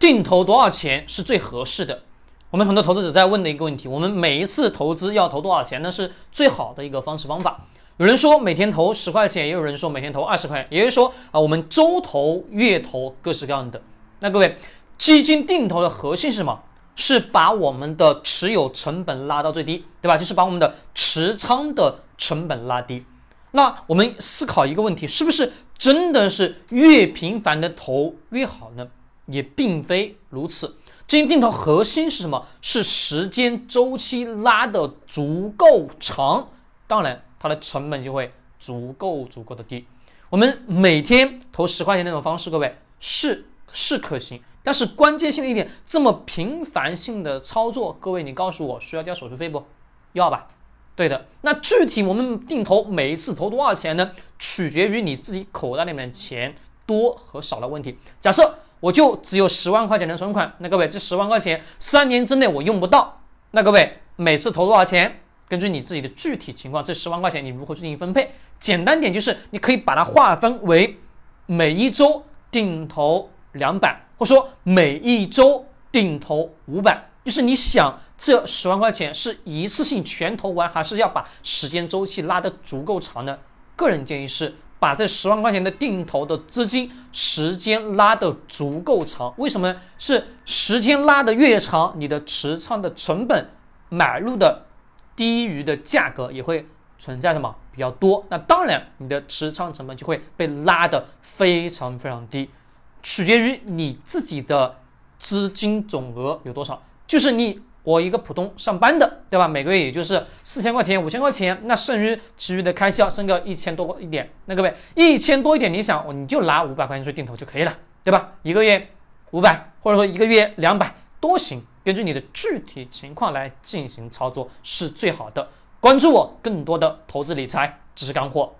定投多少钱是最合适的？我们很多投资者在问的一个问题，我们每一次投资要投多少钱呢？是最好的一个方式方法。有人说每天投10块钱，也有人说每天投20块钱，也就是说我们周投、月投各式各样的。那各位，基金定投的核心是什么？是把我们的持有成本拉到最低，对吧？就是把我们的持仓的成本拉低。那我们思考一个问题，是不是真的是越频繁的投越好呢？也并非如此。基金定投核心是什么？是时间周期拉得足够长，当然它的成本就会足够的低。我们每天投10块钱那种方式，各位是可行，但是关键性的一点，这么频繁性的操作，各位你告诉我需要交手续费不？要吧？对的。那具体我们定投每一次投多少钱呢？取决于你自己口袋里面的钱多和少的问题。假设我就只有10万块钱的存款，那各位这10万块钱3年之内我用不到，那各位每次投多少钱？根据你自己的具体情况，这10万块钱你如何进行分配？简单点就是你可以把它划分为每一周定投200，或者说每一周定投500，就是你想这10万块钱是一次性全投完，还是要把时间周期拉得足够长呢？个人建议是把这10万块钱的定投的资金时间拉得足够长。为什么呢？是时间拉得越长，你的持仓的成本买入的低于的价格也会存在什么比较多，那当然你的持仓成本就会被拉得非常低，取决于你自己的资金总额有多少。就是我一个普通上班的，对吧？每个月也就是4000块钱、5000块钱，那剩余其余的开销剩个1000多一点，那各位1000多一点，你想你就拿500块钱去定投就可以了，对吧？一个月500，或者说一个月200都行，根据你的具体情况来进行操作是最好的。关注我更多的投资理财知识干货。